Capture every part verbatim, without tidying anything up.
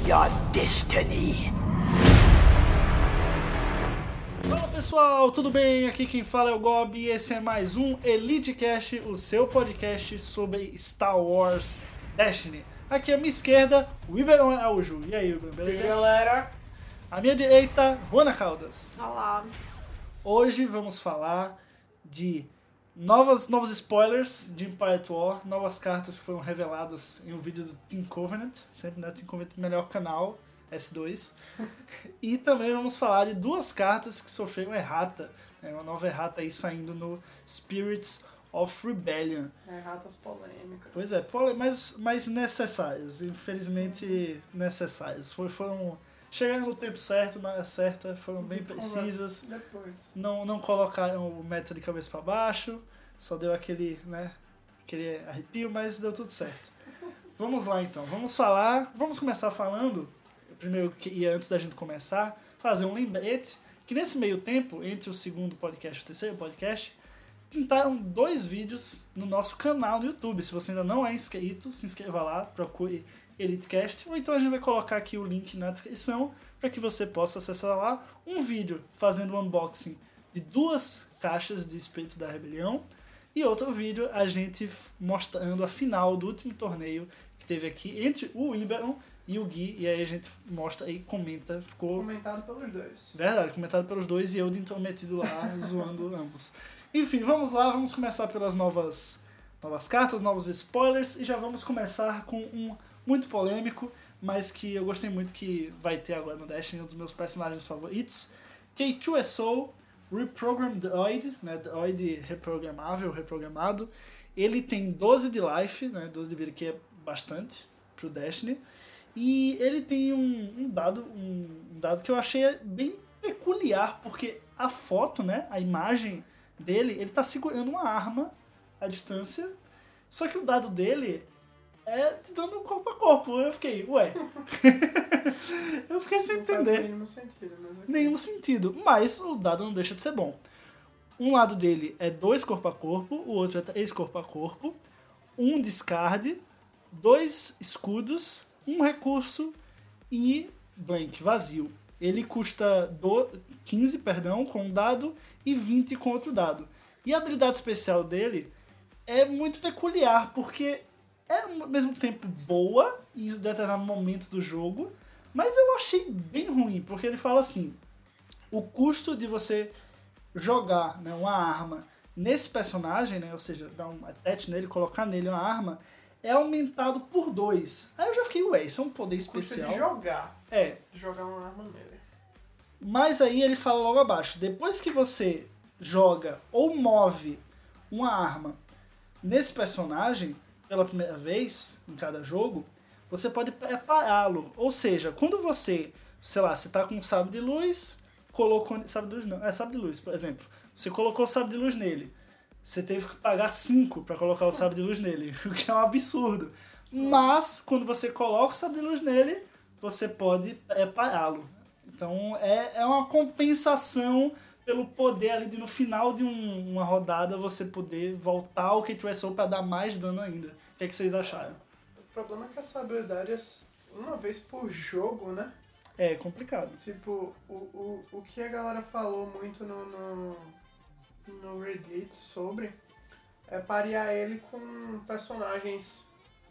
your destiny. Fala pessoal, tudo bem? Aqui quem fala é o Gob e esse é mais um EliteCast, o seu podcast sobre Star Wars Destiny. Aqui à minha esquerda, o Iberon Araújo. E aí, Iberon, beleza? E aí, galera? À minha direita, Juana Caldas. Olá. Hoje vamos falar de novas, novos spoilers de Empire at War, novas cartas que foram reveladas em um vídeo do Team Covenant, sempre né, Team Covenant, melhor canal, S dois. E também vamos falar de duas cartas que sofreram errata, né, uma nova errata aí saindo no Spirits of Rebellion. Erratas polêmicas. Pois é, pole- mas, mas necessárias, infelizmente necessárias. Foi, foram, chegaram no tempo certo, na hora certa, foram bem precisas. Depois. Não, não colocaram o meta de cabeça para baixo, só deu aquele, né, aquele arrepio, mas deu tudo certo. Vamos lá então, vamos falar, vamos começar falando, primeiro que e antes da gente começar, fazer um lembrete, que nesse meio tempo, entre o segundo podcast e o terceiro podcast, pintaram dois vídeos no nosso canal no YouTube. Se você ainda não é inscrito, se inscreva lá, procure EliteCast, ou então a gente vai colocar aqui o link na descrição para que você possa acessar lá um vídeo fazendo um unboxing de duas caixas de Espírito da Rebelião e outro vídeo a gente mostrando a final do último torneio que teve aqui entre o Iberon e o Gui, e aí a gente mostra e comenta, ficou Comentado pelos dois. verdade, comentado pelos dois e eu de intrometido lá zoando ambos. Enfim, vamos lá, vamos começar pelas novas, novas cartas, novos spoilers e já vamos começar com um muito polêmico, mas que eu gostei muito que vai ter agora no Destiny, um dos meus personagens favoritos, K dois S O, Reprogrammed Droid, né, Droid reprogramável, reprogramado. Ele tem doze de life, né, doze de vida, que é bastante pro Destiny, e ele tem um, um, dado, um, um dado que eu achei bem peculiar, porque a foto, né, a imagem dele, ele tá segurando uma arma à distância, só que o dado dele é te dando corpo a corpo. Eu fiquei, ué. eu fiquei sem Não faz entender. nenhum sentido, mas ok. Nenhum sentido. Mas o dado não deixa de ser bom. Um lado dele é dois corpo a corpo, o outro é três corpo a corpo, um discard, dois escudos, um recurso e blank, vazio. Ele custa do, quinze, perdão, com um dado e vinte com outro dado. E a habilidade especial dele é muito peculiar, porque é ao mesmo tempo boa em determinado momento do jogo, mas eu achei bem ruim, porque ele fala assim, o custo de você jogar, né, uma arma nesse personagem, né, ou seja, dar um attach nele, colocar nele uma arma, é aumentado por dois. Aí eu já fiquei, ué, isso é um poder especial. Custa de jogar. É, De jogar uma arma nele. mas aí ele fala logo abaixo, depois que você joga ou move uma arma nesse personagem pela primeira vez em cada jogo, você pode prepará-lo. Ou seja, quando você, sei lá, você tá com um sabre de luz, colocou... Sabre de luz não, é sabre de luz, por exemplo. Você colocou o sabre de luz nele. Você teve que pagar cinco para colocar o sabre de luz nele, o que é um absurdo. Mas, quando você coloca o sabre de luz nele, você pode prepará-lo. Então, é, é uma compensação pelo poder ali de no final de um, uma rodada você poder voltar ao K dois S O para dar mais dano ainda. O que, é que vocês acharam? O problema é que essa habilidade é uma vez por jogo, né? É complicado. Tipo, o, o, o que a galera falou muito no, no, no Reddit sobre é parear ele com personagens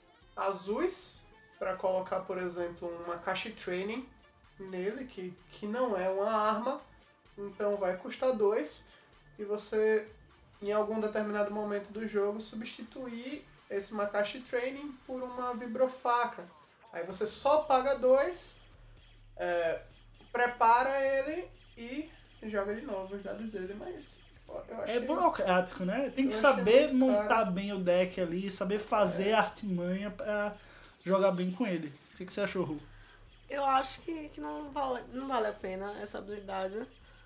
azuis pra colocar, por exemplo, uma caixa de training nele, que, que não é uma arma, então vai custar dois, e você, em algum determinado momento do jogo, substituir esse Makashi Training por uma vibrofaca. Aí você só paga dois, é, prepara ele e joga de novo os dados dele, mas eu achei... É burocrático, né? Tem que eu achei saber muito montar caro. bem o deck ali, saber fazer É. a artimanha pra jogar bem com ele. O que, que você achou, Ru? Eu acho que, que não, vale, não vale a pena essa habilidade,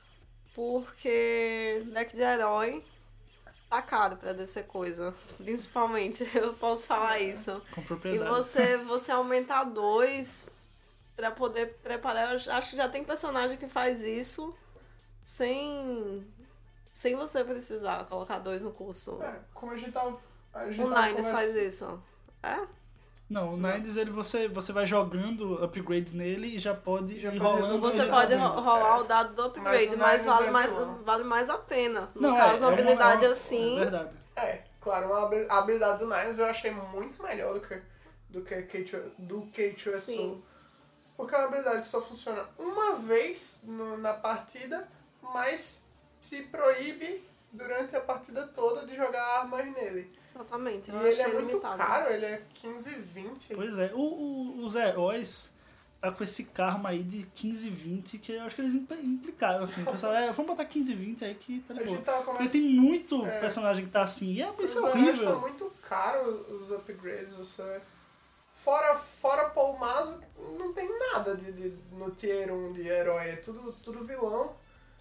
porque deck de herói tá caro pra descer coisa. Principalmente, eu posso falar isso. Com E propriedade. você, você aumentar dois pra poder preparar, eu acho que já tem personagem que faz isso sem, sem você precisar colocar dois no curso. É, como a gente tava... A gente O tava Nines faz conversa- isso. É? Não, o Nines ele você, você vai jogando upgrades nele e já pode Já ir pode rolando. resolver. Você eles pode abrindo. ro- rolar o dado do upgrade, o mas, Nines vale, é mais, vilão. vale mais a pena. No Não, caso, é, uma é habilidade é uma- assim. É verdade. É, claro, uma habi- a habilidade do Nines eu achei muito melhor do que, do que K dois, do K dois Sim. Soul. Porque é uma habilidade que só funciona uma vez no- na partida, mas se proíbe durante a partida toda de jogar armas nele. Exatamente, E eu ele achei é muito limitado. caro, ele é quinze, vinte. Pois é, o, o- os heróis tá com esse karma aí de quinze, vinte, que eu acho que eles impl- implicaram, assim. Pensaram, é, vamos botar quinze, vinte aí que tá de A boa. gente tava Porque conversando. tem muito É. personagem que tá assim, e é, Os isso é heróis horrível. estão muito caros, os upgrades. Você... Fora, fora Paul Mazo, não tem nada de, de, no tier um de herói. É tudo, tudo vilão.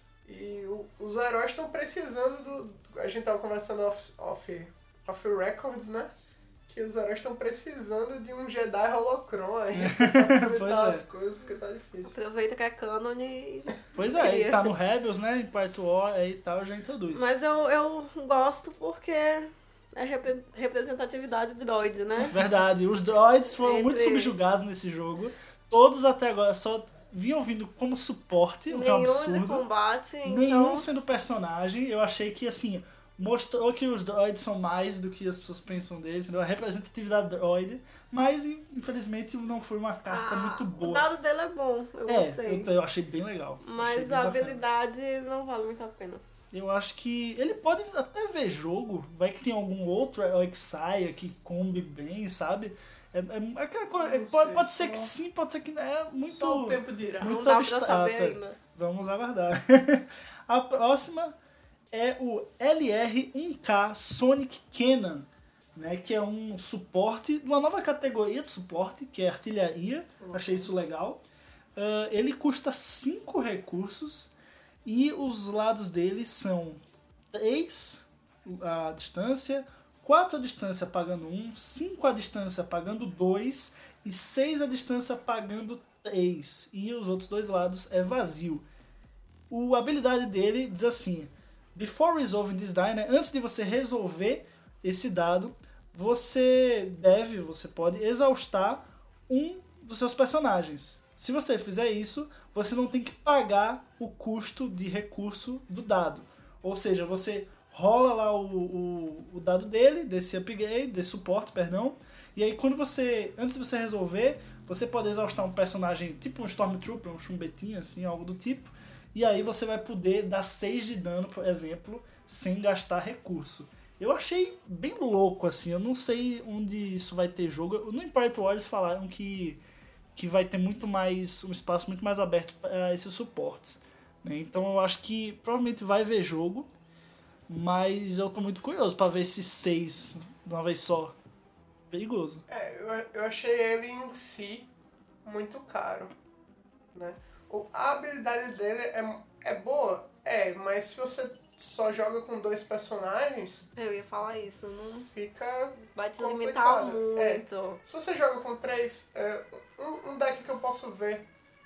E o- os heróis estão precisando do... A gente tava conversando off, off, off records, né? Que os heróis estão precisando de um Jedi holocron aí pra Pois facilitar é. as coisas, porque tá difícil. Aproveita que é canon e... Pois é, Queria. e tá no Rebels, né? Em Part War aí e tal, já introduz. Mas eu, eu gosto porque é repre- representatividade droid, né? Verdade, os droids foram Entre- muito subjugados nesse jogo. Todos até agora só vinham vindo como suporte, o que é um Nenhum de absurdo. combate, Nenhum então... sendo personagem. Eu achei que, assim, mostrou que os droids são mais do que as pessoas pensam dele, entendeu? A representatividade droid. Mas, infelizmente, não foi uma carta Ah, muito o boa. dado dele é bom, eu É, gostei. eu, eu achei bem legal. Achei Mas bem a bacana. habilidade não vale muito a pena. Eu acho que ele pode até ver jogo, vai que tem algum outro herói que saia, que combe bem, sabe? É, é aquela coisa, Não pode, sei, pode ser só- que sim, pode ser que não. É muito, Só o tempo dirá. muito não dá abstrato. pra saber ainda. Vamos aguardar. A próxima é o L R um K Sonic Cannon, né, que é um suporte, uma nova categoria de suporte, que é artilharia. Achei isso legal. Ah, ele custa cinco recursos e os lados dele são três a distância, quatro a distância pagando um, cinco a distância pagando dois e seis a distância pagando três. E os outros dois lados é vazio. O, a habilidade dele diz assim: Before resolving this die, né, antes de você resolver esse dado, você deve, você pode exaustar um dos seus personagens. Se você fizer isso, você não tem que pagar o custo de recurso do dado. Ou seja, você rola lá o, o, o dado dele, desse upgrade, desse suporte, perdão. E aí quando você, antes de você resolver, você pode exaustar um personagem tipo um Stormtrooper, um chumbetinho, assim, algo do tipo. E aí você vai poder dar seis de dano, por exemplo, sem gastar recurso. Eu achei bem louco, assim, eu não sei onde isso vai ter jogo. No Empire Wars falaram que, que vai ter muito mais, um espaço muito mais aberto para esses suportes, né? Então eu acho que provavelmente vai ver jogo, mas eu tô muito curioso para ver esses seis de uma vez só. Perigoso. É, eu, eu achei ele em si muito caro, né? O, a habilidade dele é, é boa, é, mas se você só joga com dois personagens, Eu ia falar isso, não fica vai te complicado. limitar É. muito. Se você joga com três, é, um, um deck que eu posso ver,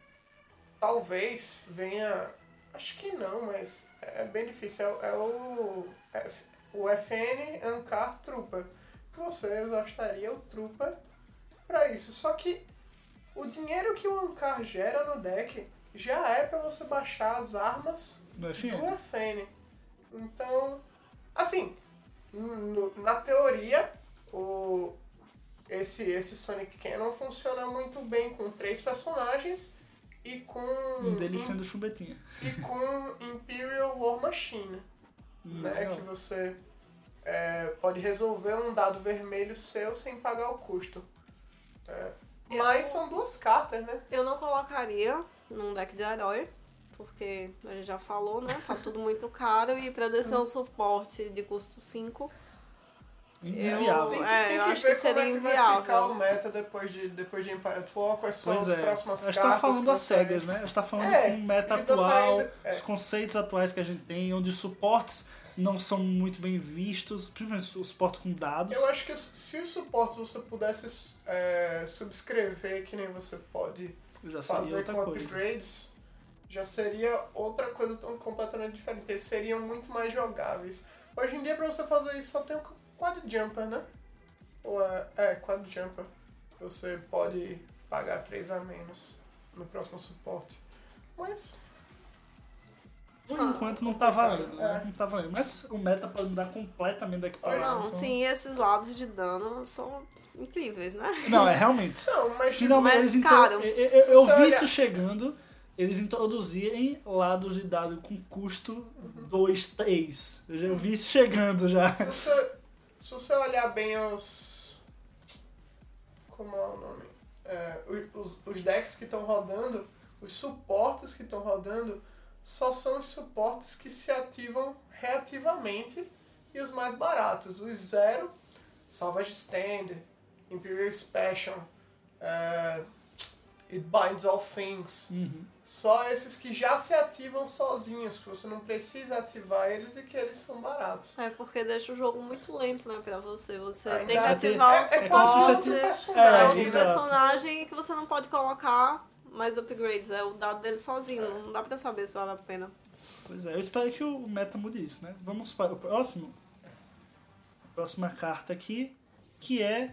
talvez venha, acho que não, mas é bem difícil, é, é o, é, o F N Ankar Trooper, que você exaustaria o Trooper pra isso. Só que o dinheiro que o Ankar gera no deck já é pra você baixar as armas No F N. do F N. Então, assim, no- na teoria, o, esse, esse Sonic Cannon funciona muito bem com três personagens e com, Um deles im- sendo chubetinha. e com Imperial War Machine, né? Legal. Que você é, pode resolver um dado vermelho seu sem pagar o custo. É, Eu- mas são duas cartas, né? Eu não colocaria num deck de herói, porque a gente já falou, né? Tá tudo muito caro e pra descer um suporte de custo cinco, Inviável. Tem que, É, tem eu que acho ver que como seria é que vai inviável. ficar o meta depois de, depois de Empire at War, quais são Pois as é, próximas a gente cartas. tá falando que às vão sair. cegas, né? A gente tá falando É, com o meta que tá atual, saindo- é. os conceitos atuais que a gente tem, onde os suportes não são muito bem vistos, principalmente o suporte com dados. Eu acho que se os suportes você pudesse é, subscrever, que nem você pode Já seria fazer outra com coisa. upgrades, já seria outra coisa tão completamente diferente. Eles seriam muito mais jogáveis. Hoje em dia, pra você fazer isso, só tem o Quad Jumper, né? Ou é, é Quad Jumper. você pode pagar três a menos no próximo suporte. Mas... Por Ah, enquanto não tá valendo, né? é. Não tá valendo. Mas o meta pode mudar completamente daqui pra lá. Não, então... sim, esses lados de dano são incríveis, né? Não, é realmente. Não, mas... Finalmente Mas, eles intro... cara, eu, eu, se eu você vi olhar- isso chegando, eles introduzirem lados de dado com custo dois, três. Eu já vi isso chegando já. Se você, se você olhar bem os... Como é o nome? É, os, os decks que estão rodando, os suportes que estão rodando, só são os suportes que se ativam reativamente e os mais baratos. Os zero, Salvage Stand, Imperial Expansion, é, It Binds All Things. Uhum. Só esses que já se ativam sozinhos, que você não precisa ativar eles e que eles são baratos. É porque deixa o jogo muito lento, né, pra você. Você Ainda tem que é- ativar é, o é suporte. como se você fosse um tivesse- personagem. É, outro exato. personagem que você não pode colocar mais upgrades. É o dado dele sozinho. Não dá pra saber se vale a pena. Pois é, eu espero que o meta mude isso, né? Vamos para o próximo. A próxima carta aqui, que é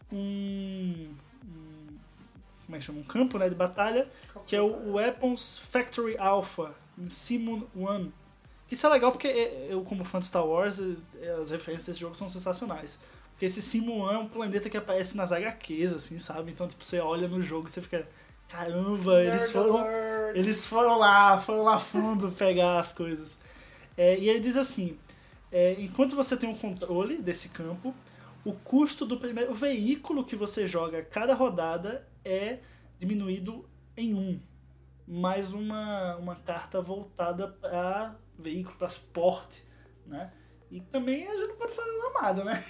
um... um como é que chama? Um campo, né, de batalha, que é o Weapons Factory Alpha, em Simon One. Que isso é legal porque eu, como fã de Star Wars, as referências desse jogo são sensacionais. Porque esse Simon One é um planeta que aparece nas agá quês, assim, sabe? Então, tipo, você olha no jogo e você fica... Caramba, eles Nerd foram... alert. Eles foram lá, foram lá fundo pegar as coisas. É, e ele diz assim, é, enquanto você tem o controle desse campo, o custo do primeiro veículo que você joga cada rodada é diminuído em um. Mais uma, uma carta voltada para veículo, para suporte, né? E também a gente não pode fazer nada, né?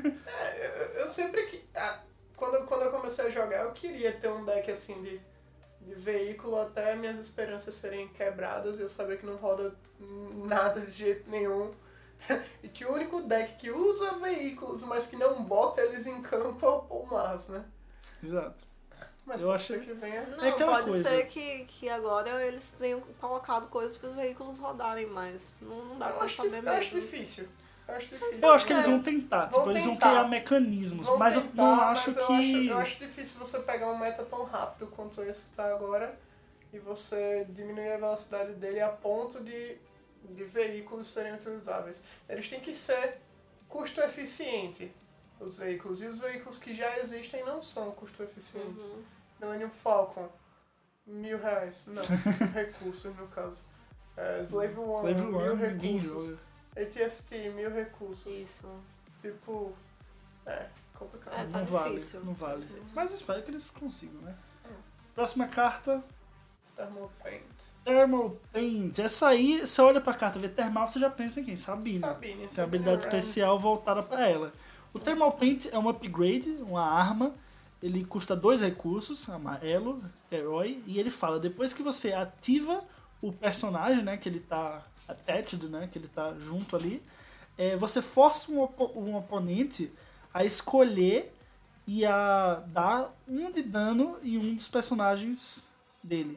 É, eu, eu sempre que. Ah, quando, eu- quando eu comecei a jogar, eu queria ter um deck assim de, de veículo até minhas esperanças serem quebradas e eu saber que não roda nada de jeito nenhum. E que o único deck que usa veículos, mas que não bota eles em campo é o Paul Mars, né? Exato. Mas Eu pode acho ser que venha. Não, É aquela pode coisa. ser que, que agora eles tenham colocado coisas para os veículos rodarem mais. Não, não dá Eu pra acho, saber dif- mesmo. eu acho difícil. Eu acho difícil. Eu acho que eles É. vão tentar, Vão tipo, eles vão tentar. criar mecanismos, Vão mas eu tentar, não mas acho eu que... Acho, eu acho difícil você pegar um meta tão rápido quanto esse que tá agora e você diminuir a velocidade dele a ponto de, de veículos serem utilizáveis. Eles têm que ser custo eficiente, os veículos. E os veículos que já existem não são custo eficientes. Uhum. Millennium Falcon, mil reais. Não, recursos no caso. É, Slave One, Slave mil One, ninguém recursos. joga. A T S T, mil recursos. Isso. Tipo, é complicado. É, tá não vale, difícil. não vale. Tá difícil. Mas eu espero que eles consigam, né? Próxima carta, Thermal Paint. Thermal Paint. Essa aí, você olha pra carta, vê Thermal, você já pensa em quem? Sabine. Sabine, Tem uma Sabine habilidade Wren. especial voltada pra ela. O Thermal Paint é um upgrade, uma arma. Ele custa dois recursos, amarelo, herói. E ele fala, depois que você ativa o personagem, né, que ele tá attached, né, que ele tá junto ali, é, você força um, opo- um oponente a escolher e a dar um de dano em um dos personagens dele.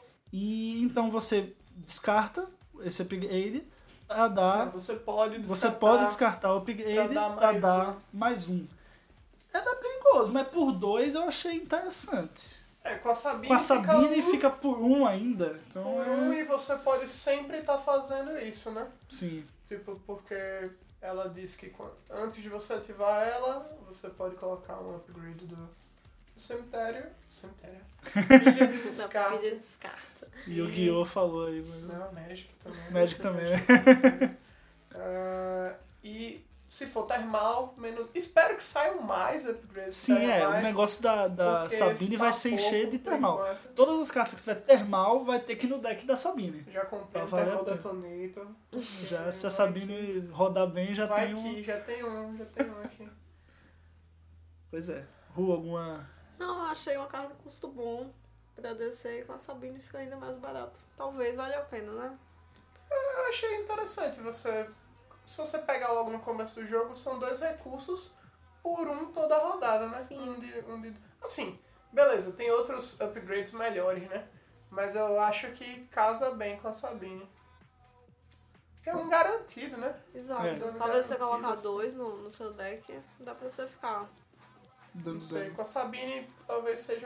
E então você descarta esse upgrade para dar... Não, você pode Você descartar. pode descartar o upgrade pra dar para mais dar um. mais um. É bem perigoso, mas por dois eu achei interessante. É, com a Sabine, Com a Sabine fica, um fica por um ainda. Então, por um e você pode sempre estar fazendo isso, né? sim. Tipo, porque ela diz que quan- antes de você ativar ela, você pode colocar um upgrade do, do cemitério. Cemitério. Pilha de Essa descarte. pilha descarta. E o Guiô falou aí, mas... Não, Magic também. Magic também, né? Ah, e se for termal, menos. Espero que saiam mais upgrades. Sim, saiam é. O mais, negócio da, da porque Sabine esse vai tá se pouco encher de por termal. enquanto. Todas as cartas que tiver termal vai ter que ir no deck da Sabine. Já comprei Pra o valer Thermal a pena. Detonator. Já, se a Vai Sabine rodar bem, já Vai tem um... aqui, já tem um, já tem um aqui. Pois é. Ru, alguma... Não, eu achei uma carta com custo bom pra descer e com a Sabine fica ainda mais barato. Talvez valha a pena, né? Eu achei interessante você. Se você pegar logo no começo do jogo, são dois recursos por um toda a rodada, né? Sim. Um de, um de... Assim, beleza, tem outros upgrades melhores, né? Mas eu acho que casa bem com a Sabine. Que é um garantido, né? Exato. É. Talvez você Garantido, colocar assim. dois no, no seu deck, dá pra você ficar dando Não sei, dano. com a Sabine talvez seja...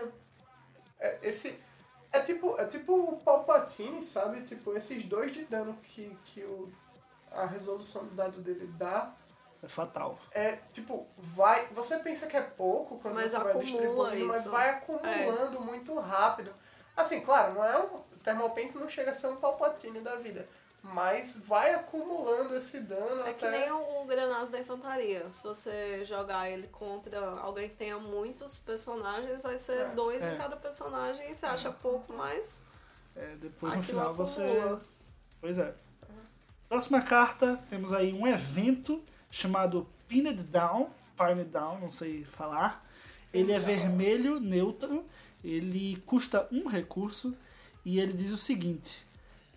É, esse... É tipo, é tipo o Palpatine, sabe? Tipo, esses dois de dano que, que o, a resolução do dado dele dá, É fatal. é tipo, vai... Você pensa que é pouco quando Mas você vai acumula distribuindo, mas isso. vai acumulando muito rápido. Assim, claro, não é um... Thermalpaint não chega a ser um Palpatine da vida, mas vai acumulando esse dano É até... que nem o, o Grenazo da Infantaria. Se você jogar ele contra alguém que tenha muitos personagens, vai ser É. dois É. em cada personagem. E você acha pouco, mas É, depois no aquilo final você... acumula. Pois é. Próxima carta, temos aí um evento chamado Pinned Down, Pinned Down, não sei falar. Ele é vermelho, neutro, ele custa um recurso e ele diz o seguinte,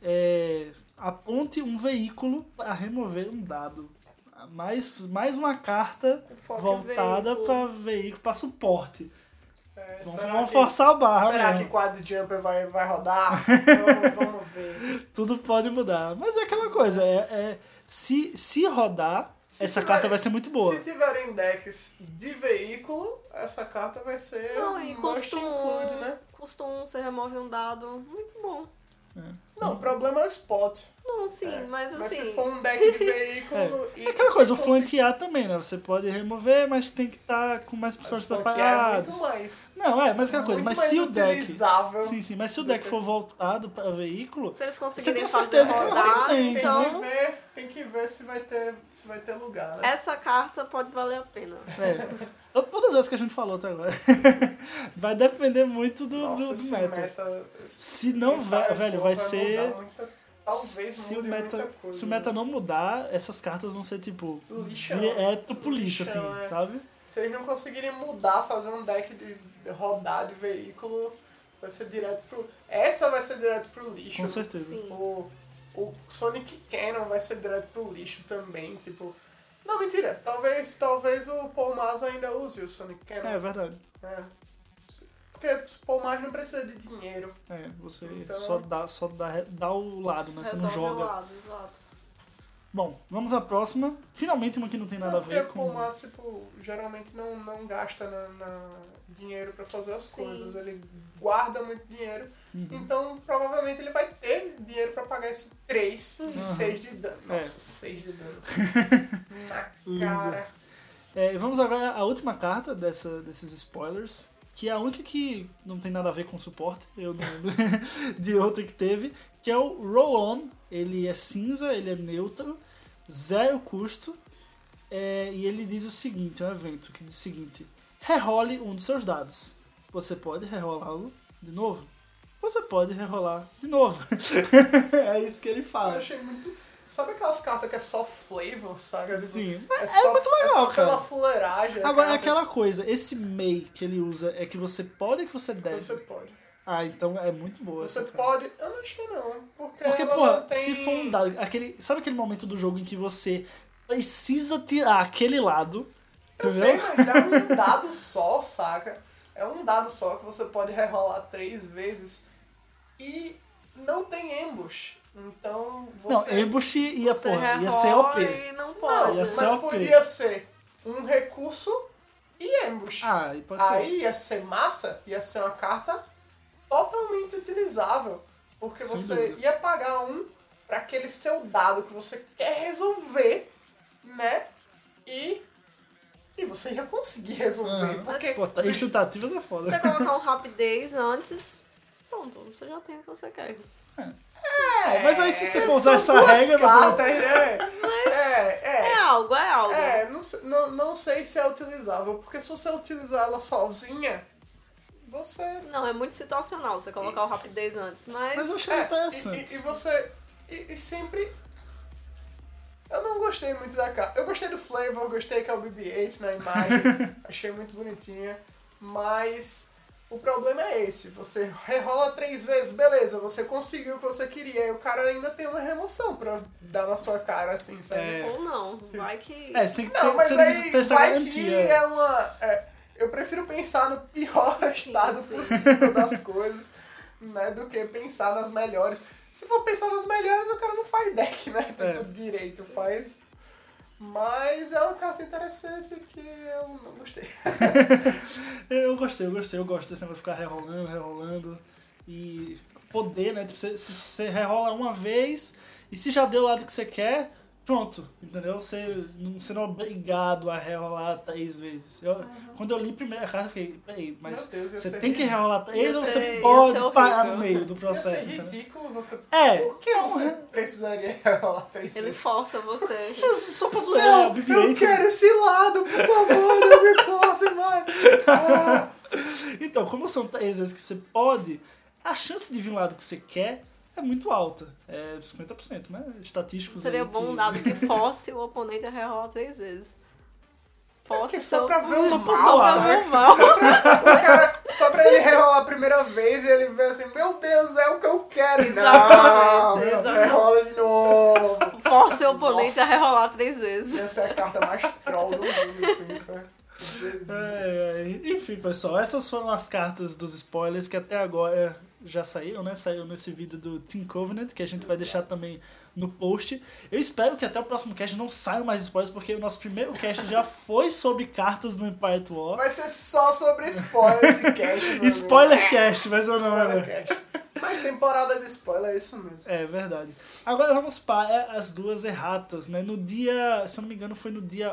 é, aponte um veículo para remover um dado. Mais, mais uma carta Foco em voltada veículo. para veículo, para suporte. É, Vamos, será vamos que- forçar a barra Será mesmo. que Quad Jumper vai, vai rodar? vamos, vamos ver. Tudo pode mudar. Mas é aquela coisa, é, é- se, se rodar, Se essa tiver- carta vai ser muito boa. Se tiverem decks de veículo, essa carta vai ser Não, e must custa include, um, né? custa um, você remove um dado. Muito bom. Não, o problema é o spot. Não, sim, É, mas Mas assim... se for um deck de veículo... e É aquela se coisa, o conseguir flanquear também, né? Você pode remover, mas tem que estar com mais pessoas flanquear é preparadas. muito mais... Não, é, mas aquela coisa, muito mas mais se o deck. utilizável Sim, sim, mas se o do deck que- for voltado para veículo, Se eles você conseguirem tem fazer certeza que não rodar, tem, Tem então. que ver, tem que ver se vai ter, se vai ter lugar, né? essa carta pode valer a pena. É, to- todas as que a gente falou até agora. Vai depender muito do, Nossa, do, do esse meta. meta... Se não, vai, ve- velho, vai mudar ser. muita- talvez Se o, mude meta, muita coisa. se o meta não mudar, essas cartas vão ser tipo. Lixão. Direto pro lixo, Lixão, assim, é. sabe? Se eles não conseguirem mudar, fazer um deck de de rodar de veículo, vai ser direto pro... Essa vai ser direto pro lixo. Com certeza. Sim. O, o Sonic Cannon vai ser direto pro lixo também, tipo... Não, mentira. Talvez, talvez o Paul Mas ainda use o Sonic Cannon. É verdade. É. Porque o Paul Mas não precisa de dinheiro. É, você Então- só, dá, só dá, dá o lado, né? Você não Resolve o joga. lado, exato. Bom, vamos à próxima. Finalmente uma que não tem nada a Porque ver o Paul com. Mas, tipo, geralmente não, não gasta na, na dinheiro pra fazer as Sim. coisas. Ele guarda muito dinheiro. Uhum. Então, provavelmente ele vai ter dinheiro pra pagar esse três Uhum. de seis de dano. É. Nossa, seis de dano. Na Lindo. cara. É, vamos agora à última carta dessa, desses spoilers, que é a única que não tem nada a ver com suporte, eu não lembro de outra que teve, que é o Roll On. Ele é cinza, ele é neutro, zero custo, é, e ele diz o seguinte, é um evento que diz o seguinte: rerole um dos seus dados. Você pode rerolá-lo de novo. Você pode rerolar de novo. É isso que ele Eu fala. achei muito... f- Sabe aquelas cartas que é só flavor, sabe? Tipo, Sim, É, é só, muito legal, é só cara. pela fuleiragem. Agora, é cara. aquela coisa, esse Mei que ele usa é que você pode ou que você deve? Você pode. Ah, então é muito boa Você essa carta. pode... Eu não achei não. Porque, Porque, ela porra, não tem... se for um dado, aquele, sabe aquele momento do jogo em que você precisa tirar aquele lado, Eu entendeu? sei, mas é um dado só, saca? É um dado só que você pode rerolar três vezes e não tem ambush. Então Não, você... ambush ia, Você porra, ia ser O rerola P. e não Não, pode. ia mas ser O P. podia ser um recurso e ambush. Ah, e pode ser. Aí ia ser massa, ia ser uma carta totalmente utilizável. Porque Sem você dúvida. ia pagar um para aquele seu dado que você quer resolver, né? E, e você ia conseguir resolver. Ah, porque pô, tá- isso tentativas é foda. Você colocar um rapidez antes, pronto, você já tem o que você quer. É, mas aí se você É, for usar são essa duas regra... cartas, né? É, É é. algo, é algo. É, não, sei- não, não sei se é utilizável, porque se você utilizar ela sozinha, você. Não, é muito situacional você colocar o rapidez antes, mas... Mas eu achei É, interessante. e, e, e você. E, e sempre. Eu não gostei muito da carta. Eu gostei do flavor, gostei que é o B B oito na imagem, achei muito bonitinha, mas. O problema é esse, você rerola três vezes, beleza, você conseguiu o que você queria, e o cara ainda tem uma remoção pra dar na sua cara, assim, sabe? É. Ou não, vai que... É, você tem que ter, Não, mas você tem que aí ter essa vai garantia. que é uma... é, eu prefiro pensar no pior estado sim. possível das coisas, né, do que pensar nas melhores. Se for pensar nas melhores, o cara não faz deck, né, tipo, É. direito, faz... Mas é uma carta interessante que eu não gostei. Eu gostei, eu gostei, eu gosto desse negócio de ficar rerolando, rerolando. E poder, né? Tipo, você, se você rerola uma vez e se já deu o lado que você quer, pronto, entendeu? Você não, você não é obrigado a rerolar três vezes. Eu, uhum. Quando eu li a primeira carta, eu fiquei, peraí, mas Deus, você tem que rerolar três ou você ser, pode parar no meio do processo? Ia ser ridículo entendeu? você. É. Por que você precisaria rerolar três Ele vezes? força você. Só pra zoar, Não, B B oito. eu quero esse lado, por favor, não me force mais. Ah. Então, como são três vezes que você pode, a chance de vir um lado que você quer é muito alta. É cinquenta por cento, né? Estatísticos Seria aí bom que... um dado que force o oponente a rerolar três vezes. Force É só pra ver o só pra mal, zoar, sabe? o mal. Só pra, o cara, só pra ele rerolar a primeira vez e ele ver assim, meu Deus, é o que eu quero. Não, Exatamente, exatamente. rerola de novo. Force o oponente Nossa. a rerolar três vezes. Essa é a carta mais troll do mundo, assim, sabe? Jesus. É, é. Enfim, pessoal, essas foram as cartas dos spoilers que até agora já saíram, né? Saiu nesse vídeo do Team Covenant, que a gente vai deixar também no post. Eu espero que até o próximo cast não saiam mais spoilers, porque o nosso primeiro cast já foi sobre cartas no Empire at War. Vai ser só sobre spoiler esse cast, meu Spoiler amigo. cast, mas eu não, Spoiler né? cast. Mas temporada de spoiler é isso mesmo. É verdade. Agora vamos para as duas erratas, né? No dia, se eu não me engano, foi no dia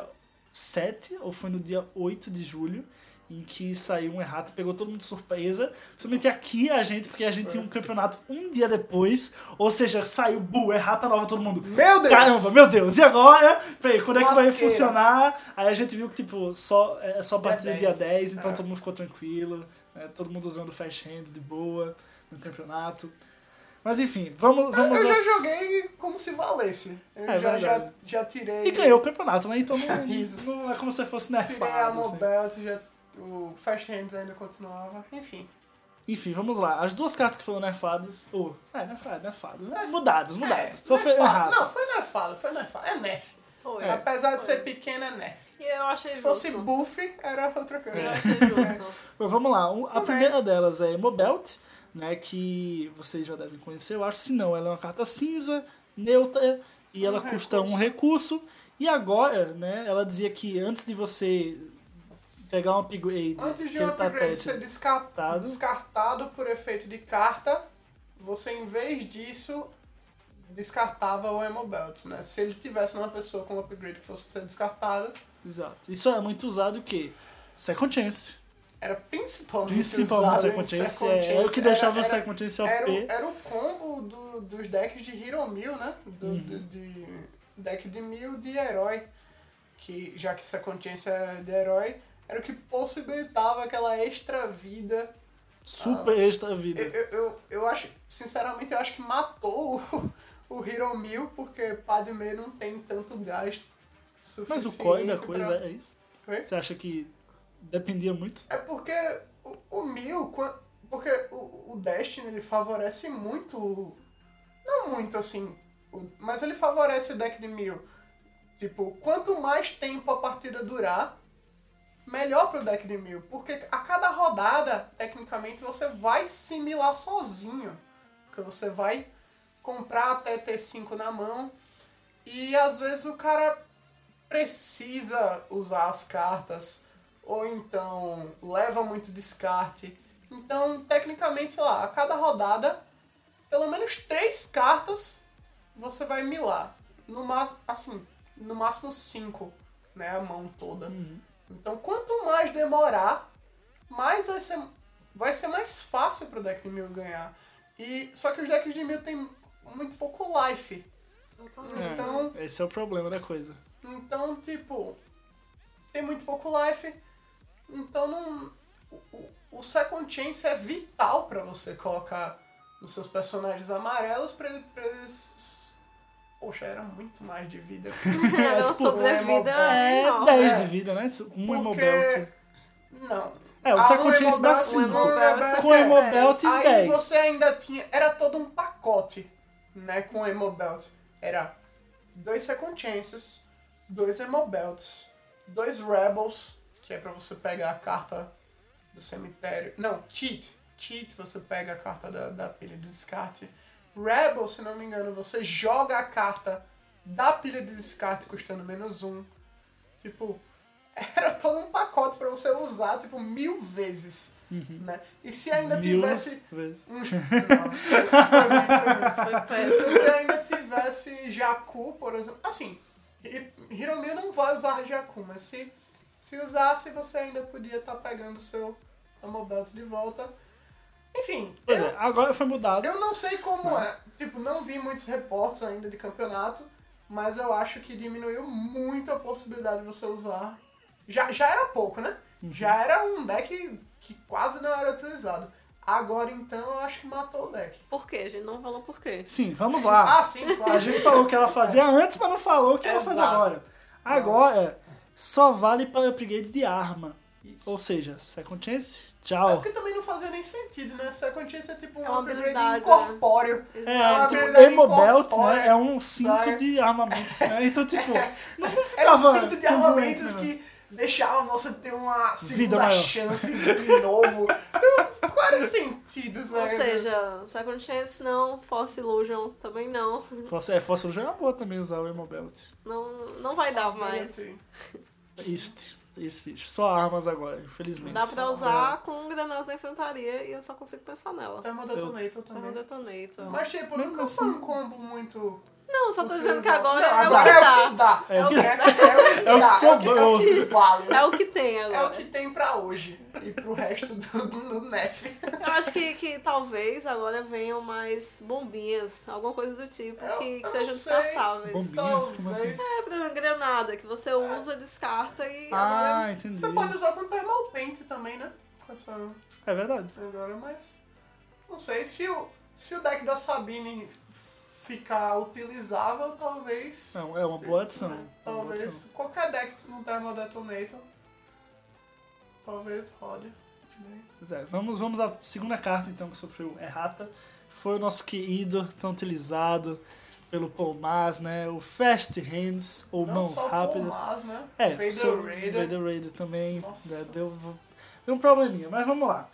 sete ou foi no dia oito de julho, em que saiu um errata, pegou todo mundo de surpresa, principalmente aqui a gente, porque a gente tinha um campeonato um dia depois, ou seja, saiu, bu, errata nova, todo mundo, Meu Deus! caramba, meu Deus, e agora? Peraí, quando é que vai Lasqueira. funcionar? Aí a gente viu que, tipo, só, é só a Dia partir do dia dez, dez, então é. todo mundo ficou tranquilo, né? Todo mundo usando fast hands de boa no campeonato. Mas enfim, vamos... vamos Eu às- já joguei como se valesse. Eu É já, já, verdade. já tirei. E ganhou o campeonato, né? Então não, Isso. não é como se fosse Tirei a nerfado. assim. Mobelt, já, o Fast Hands ainda continuava. Enfim. Enfim, vamos lá. As duas cartas que foram nerfadas. Ou, oh, é, nerfado, nerfado. Né? Mudadas, mudadas. É, Só foi nerfado. errado. Não, foi nerfado, foi nerfado. É nerf. Foi. É. Apesar de Foi. ser pequeno, é nerf. E eu achei Se justo. fosse buff, era outra coisa. Eu achei justo. Bom, vamos lá. Um- A Também. primeira delas é Mobelt, né? Que vocês já devem conhecer, eu acho. Se não, ela é uma carta cinza, neutra, e Um ela custa um recurso. recurso. E agora, né? Ela dizia que antes de você pegar um upgrade, Antes de que um ele tá upgrade até ser descartado. descartado. descartado por efeito de carta, você em vez disso descartava o Emobelt, né? Se ele tivesse uma pessoa com um upgrade que fosse ser descartada, Exato. Isso é muito usado o quê? Second Chance. era principalmente, Principalmente usado Second em Chance. Second É, é o que Chance. deixava o Era- Second Chance O P. Era, o- era o combo do, dos decks de Hero Mill, né? Do, Uhum. do- de deck de Mill de herói. Que, já que Second Chance é de herói, era o que possibilitava aquela extra vida. Super extra vida. Eu, eu, eu, eu acho, sinceramente, eu acho que matou o, o Hero Mill, porque Padme não tem tanto gasto suficiente. Mas o core da pra- coisa é isso? Oi? Você acha que dependia muito? É porque o, o Mill, quan- porque o, o Destiny ele favorece muito, não muito assim, o- mas ele favorece o deck de Mill. Tipo, quanto mais tempo a partida durar, melhor pro deck de Mill. Porque a cada rodada, tecnicamente, você vai similar sozinho. Porque você vai comprar até ter cinco na mão. E às vezes o cara precisa usar as cartas. Ou então leva muito descarte. Então, tecnicamente, sei lá, a cada rodada, pelo menos três cartas você vai milar. No máximo, assim, no máximo cinco, né? A mão toda. Então, quanto mais demorar, mais vai ser, vai ser mais fácil pro deck de Mill ganhar. E, só que os decks de Mill tem muito pouco life. É, Então, esse é o problema da coisa. então tipo, tem muito pouco life. Então, não, o, o, o Second Chance é vital pra você colocar nos seus personagens amarelos pra, ele, pra eles... Poxa, era muito mais de vida. Era uma tipo, sobrevida É enorme. dez É. de vida, né? Um Porque- Emobelt. Não. É, o Ah, Second um Chance dá Emobelt- cinco. um Emobelt- Com o é. Emobelt Aí dez. você ainda tinha... Era todo um pacote, né, com o Emobelt. Era dois Second Chances, dois Emobelts, dois Rebels, que é pra você pegar a carta do cemitério. Não, Cheat. Cheat, você pega a carta da, da pilha de descarte. Rebel, se não me engano, você joga a carta da pilha de descarte custando menos um. Tipo, era todo um pacote pra você usar, tipo, mil vezes, Uhum. né? E se ainda Mil tivesse... vezes. Um... Não, foi muito- Foi se péssimo. você ainda tivesse Jakku, por exemplo... Assim, Hi- Hiromi não vai usar Jakku, mas se, se usasse, você ainda podia estar pegando o seu Amobelt de volta. Enfim, Pois eu, é, agora foi mudado. eu não sei como é. Tipo, não vi muitos reportes ainda de campeonato, mas eu acho que diminuiu muito a possibilidade de você usar. Já, já era pouco, né? Uhum. Já era um deck que quase não era utilizado. Agora, então, eu acho que matou o deck. Por quê? A gente não falou por quê. Sim, vamos lá. Ah, sim, claro. A gente falou o que ela fazia antes, mas não falou o que ela faz Exato. agora. Agora, só vale para upgrades de arma. Isso. Ou seja, Second Chance, É tchau. porque também não fazia nem sentido, né? Second Chance é tipo um É uma upgrade habilidade, incorpóreo. É, uma tipo, habilidade Emobelt, incorpórea, né? É um cinto sabe? de armamentos, né? Então, tipo, não Era um ficava cinto de tão armamentos ruim, né? que deixava você ter uma Vida segunda maior. chance de novo. Então, quais sentidos, né? Ou seja, Second Chance não, Force Illusion também não. Fosse, é, Fosse já é uma boa também usar o Emobelt. Não, não vai dar mais. Assim. Isso, isso, isso. Só armas agora, infelizmente. Dá pra usar com granadas da enfrentaria e eu só consigo pensar nela. Thermodetonator Thermal também. Detonator. Mas, tipo, Mesmo nunca assim. foi um combo muito... Não, só tô dizendo que utilizado. agora Não, é, agora o é que o que dá. dá. É o que- É, é o que É o que dá. É o que, sobrou. é o que vale. É o que tem É o agora. que tem pra hoje. E pro resto do, do N E F. Eu acho que, que talvez agora venham mais bombinhas, alguma coisa do tipo, Eu- que, eu que não sejam sei. descartáveis. Bombinhas? Como assim? Talvez. É, por exemplo, granada, que você usa, descarta e Ah, agora... entendi. Você pode usar com Thermal Paint também, né? Com essa... É verdade. Agora, mas... Não sei, se o, se o deck da Sabine ficar utilizável, talvez... Não, é uma boa adição. Uma boa Talvez adição. qualquer deck no Thermal Detonator, talvez rode. Né? Pois é, vamos, vamos à segunda carta então que sofreu errata. Foi o nosso querido, tão utilizado pelo Paul Mas, né? O Fast Hands, ou Não Mãos só Rápidas. por Mas, né? É, Vader sou- Raider. Vader Raider também. Nossa. Né, deu, deu um probleminha, mas vamos lá.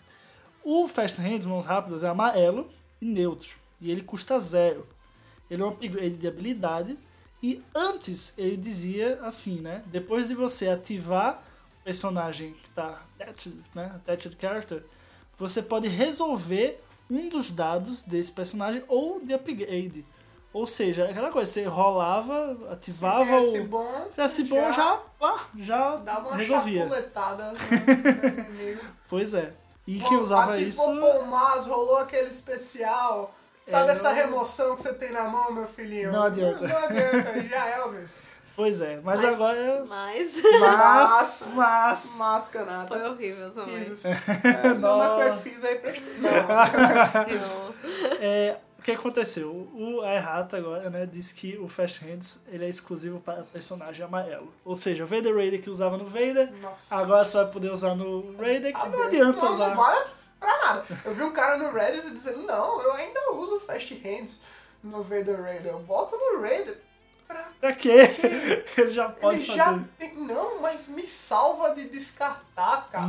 O Fast Hands, Mãos Rápidas, é amarelo e neutro. E ele custa zero. Ele é um upgrade de habilidade. E antes ele dizia assim, né? Depois de você ativar o personagem que está attached, né? Attached Character, você pode resolver um dos dados desse personagem ou de upgrade. Ou seja, aquela coisa, você rolava, ativava Se viesse o... bom, Se fosse bom, já, ah, já dava uma resolvia. chapuletada no inimigo. Pois é. E quem Pô, usava ativou isso... Paul Mas, rolou aquele especial. Sabe É, essa não- remoção que você tem na mão, meu filhinho? Não adianta. Não, não adianta, já é, Elvis. Pois é, mas, agora... Mas Mas, mas... Mascanata. foi horrível também. Risos. É, não, mas foi eu que fiz aí pra Não. Risos. Não. É, o que aconteceu? O a Errata agora, né, disse que o Fast Hands ele é exclusivo para personagem amarelo. Ou seja, o Vader Raider que usava no Vader, Nossa. agora você vai poder usar no Raider, que não Adeus. adianta não, usar. não vale pra nada. Eu vi um cara no Reddit dizendo, não, eu ainda uso Fast Hands no Vader Raider. Eu boto no Raider pra... Pra quê? Ele já pode Ele fazer. já tem... Não, mas me salva de descartar, cara.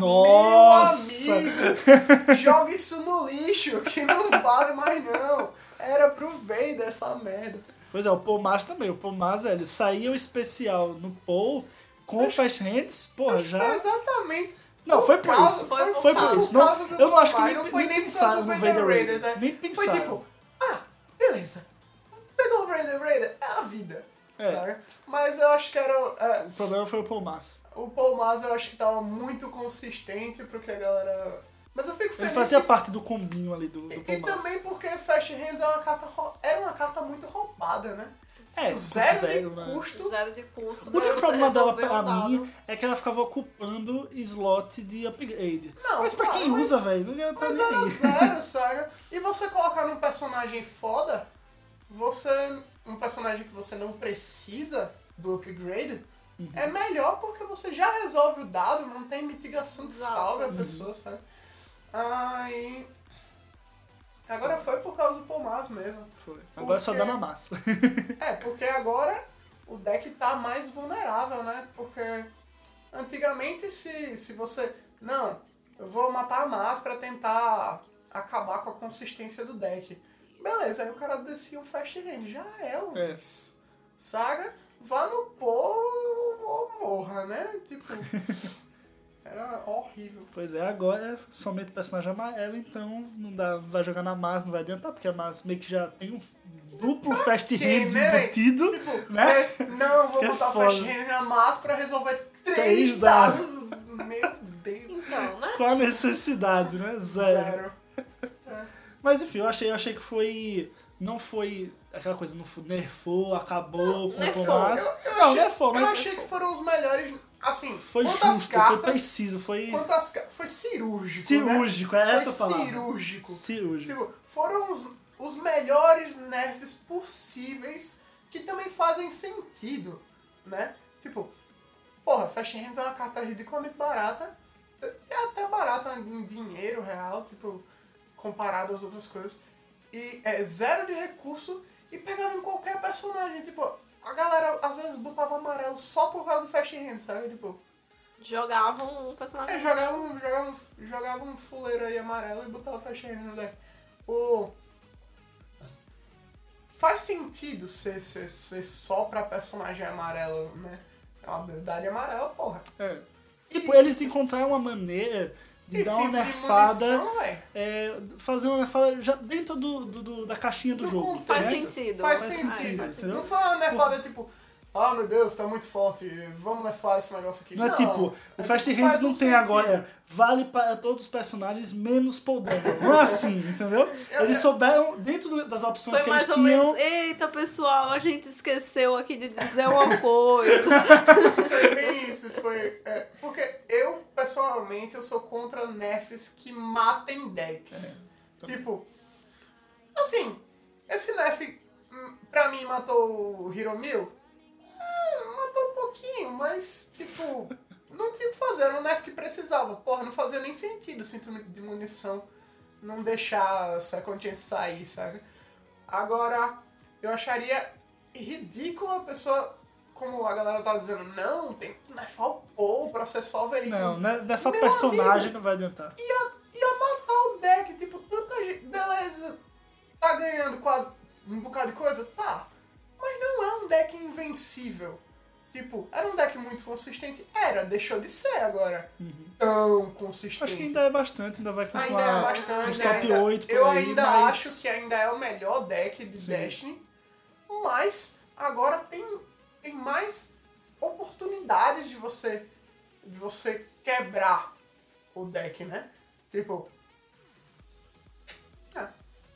Nossa. Meu amigo, joga isso no lixo, que não vale mais não. Era pro Vader essa merda. Pois é, o Paul Mas também. O Paul Mas, velho, saía o especial no Paul com o Fast Hands, porra, Mas já... foi exatamente... Não, foi por causa- isso. Foi por Foi por causa. isso. Não, causa do eu não acho que Paul nem, Mas, não foi nem nem pensaram no por causa do Vader Vader Raider. Raiders, é. Nem Foi pensaram. tipo, ah, beleza. Pegou o Vader Raider, é a vida. É. Sabe? Mas eu acho que era... é, O problema foi o Paul Mas. o Paul Mas eu acho que tava muito consistente pro que a galera... Mas eu fico Ele feliz fazia que... parte do combinho ali do, do E, Paul e Mas. também porque Fast Hands é uma carta, rou- era uma carta muito roubada, né? É, Tipo, zero, zero, de né? custo. Zero de custo. O único pra você problema dela resolver pra um dado. mim é que ela ficava ocupando slot de upgrade. Não, mas pra claro, quem mas- usa, velho, não adianta Mas nem era aí. zero, sabe? E você colocar num personagem foda, você... Um personagem que você não precisa do upgrade, Uhum. é melhor porque você já resolve o dado, não tem mitigação de Exato. salve a Uhum. pessoa, sabe? Aí... Agora foi por causa do Paul Mas mesmo. Foi. Agora é só Porque- dá na massa. É, porque agora o deck tá mais vulnerável, né? Porque antigamente se, se você... Não, eu vou matar a Mas pra tentar acabar com a consistência do deck. Beleza, aí o cara descia um Fast Hand. Já é, Elvis. saga, vá no pó ou morra, né? Tipo, era horrível. Pois é, agora é somente personagem amarelo, então não dá, vai jogar na Mars, não vai adiantar, porque a Mars meio que já tem um duplo Fast quê, Hands né? embutido, Tipo, né? é, não, vou Isso é botar o foda. Fast Hand na massa pra resolver três, Três dados. Meu Deus. Então, né? Qual a necessidade, né? Zero. Zero. Mas enfim, eu achei, eu achei que foi... Não foi aquela coisa, não foi, nerfou, acabou, com nerfou. o Tomás. Eu, eu Não, achei, nerfou, mas eu achei nerfou. que foram os melhores, assim, Foi quantas justo, foi cartas, preciso, foi quantas ca- foi cirúrgico, cirúrgico, né? é essa a Foi palavra. cirúrgico. Cirúrgico. Tipo, foram os, os melhores nerfs possíveis que também fazem sentido, né? Tipo, porra, Fast Hands é uma carta ridiculamente barata, é até barata em dinheiro real, tipo, comparado às outras coisas, e é zero de recurso e pegava em qualquer personagem, tipo, a galera às vezes botava amarelo só por causa do Fast Hands, sabe? Tipo, Jogavam um personagem. é, jogava um, jogava, um, jogava um fuleiro aí amarelo e botava Fast Hand no deck. O... Faz sentido ser, ser, ser só pra personagem amarelo, né? É uma habilidade amarela, porra. É. Tipo, eles encontraram uma maneira de E dar uma cinto de nerfada, munição, véi. é, fazer uma nerfada já dentro do, do, do- da caixinha do Do jogo. contexto. Faz né? sentido. Faz Faz sentido. sentido, faz entendeu? Não foi uma nerfada tipo, ah meu Deus, tá muito forte, vamos nerfar esse negócio aqui. Não é tipo, o é Fast tipo, Hands faz não um tem sentido. agora, vale para todos os personagens menos Paul Daniel. Não é assim, entendeu? Eles souberam, dentro do- das opções Foi que mais eles ou tinham... menos, eita pessoal, a gente esqueceu aqui de dizer uma coisa. Foi bem isso, foi... é, porque eu, pessoalmente, eu sou contra nerfs que matem decks. É, tipo, assim, esse nerf, hum, pra mim, matou o Hiromil? É, matou um pouquinho, mas, tipo, não tinha o que fazer, era um nerf que precisava. Porra, não fazia nem sentido o cinto de munição não deixar a Second Chance sair, sabe? Agora, eu acharia ridículo a pessoa, como a galera tava dizendo, não, tem que nerfar o Paul pra ser só veículo. Não, né, nerfar Meu personagem amigo, não vai adiantar. ia, ia matar o deck, tipo, tanta gente, beleza, tá ganhando quase um bocado de coisa? Tá, mas não é um deck invencível. Tipo, era um deck muito consistente? Era, deixou de ser agora. Tão consistente. Acho que ainda é bastante, ainda vai Ainda continuar é bastante. nos ainda- top oito por Eu aí, ainda mas... acho que ainda é o melhor deck de Sim. Destiny, mas agora tem, tem mais oportunidades de você, de você quebrar o deck, né? Tipo... É.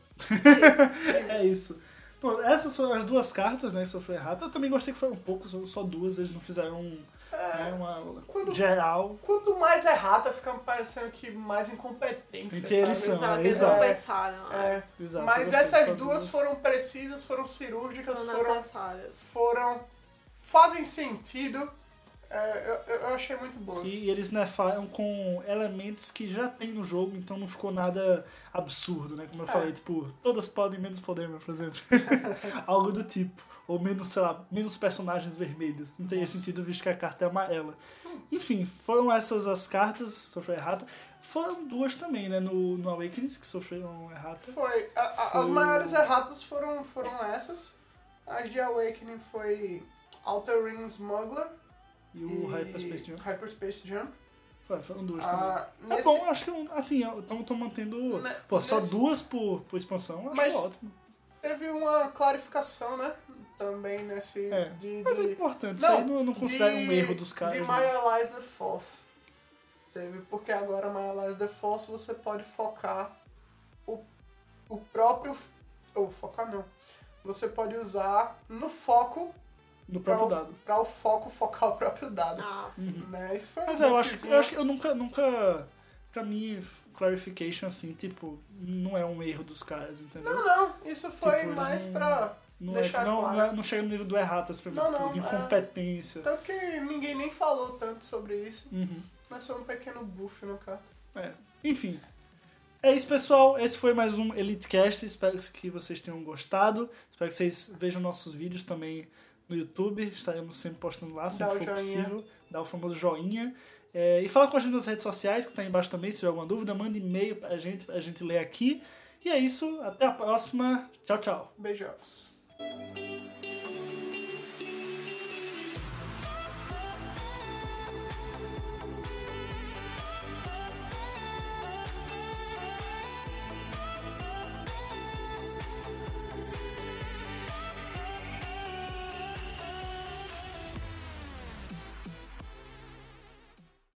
É isso. Bom, essas foram as duas cartas, né, que sofreu errado. Eu também gostei que foram poucos, foram só duas, eles não fizeram um, né, uma Quando- geral. Quanto mais errata, fica parecendo que mais incompetência, Porque eles sabe? são, Sabe, é, eles não exato. pensaram. É, Exato, eu mas gostei essas só duas duas. foram precisas, foram cirúrgicas, Foram foram, necessárias. foram fazem sentido. É, eu, eu achei muito boas. E eles nerfaram com elementos que já tem no jogo, então não ficou nada absurdo, né? Como eu É. falei, tipo, todas podem, menos poder, por exemplo. Algo do tipo. Ou menos, sei lá, menos personagens vermelhos. Não teria sentido visto que a carta é amarela. Enfim, foram essas as cartas que sofreram errata. Foram duas também, né? No, no Awakenings que sofreram errata. Foi, a- a- Foi as o- maiores erratas foram, foram essas. As de Awakening foi Outer Ring Smuggler E o Hyperspace Jump. Hyperspace Jump. Foi, foram duas Ah, também. É nesse- bom, acho que assim, estão mantendo. Ne- Pô, só nesse- duas por, por expansão, acho Mas- ótimo. Teve uma clarificação, né? Também nesse... É, de, mas é de- importante, isso aí não, não considero um de- erro dos caras. De né? Mayalize the Force. Teve, porque agora Mayalize the Force você pode focar o, o próprio... Ou focar não. Você pode usar no foco No pra próprio o, dado. pra o foco focar o próprio dado. Ah, sim. Né? Isso foi um Mas é, eu acho, que- buffzinho. eu acho que eu nunca, nunca. Pra mim, clarification assim, tipo, não é um erro dos caras, entendeu? Não, não. Isso foi Tipo, eles mais não- pra Não, é, deixar não, claro. não, é- não chega no nível do erratas pra mim, Não, tipo, não, de é- incompetência. Tanto que ninguém nem falou tanto sobre isso. Uhum. Mas foi um pequeno buff no carta. É. Enfim. É isso, pessoal. Esse foi mais um EliteCast. Espero que vocês tenham gostado. Espero que vocês vejam nossos vídeos também no YouTube. Estaremos sempre postando lá, sempre Dá o for joinha. possível. Dá o famoso joinha. É, e fala com a gente nas redes sociais, que está aí embaixo também. Se tiver alguma dúvida, manda e-mail pra gente, pra gente ler aqui. E é isso. Até a próxima. Tchau, tchau. Beijos.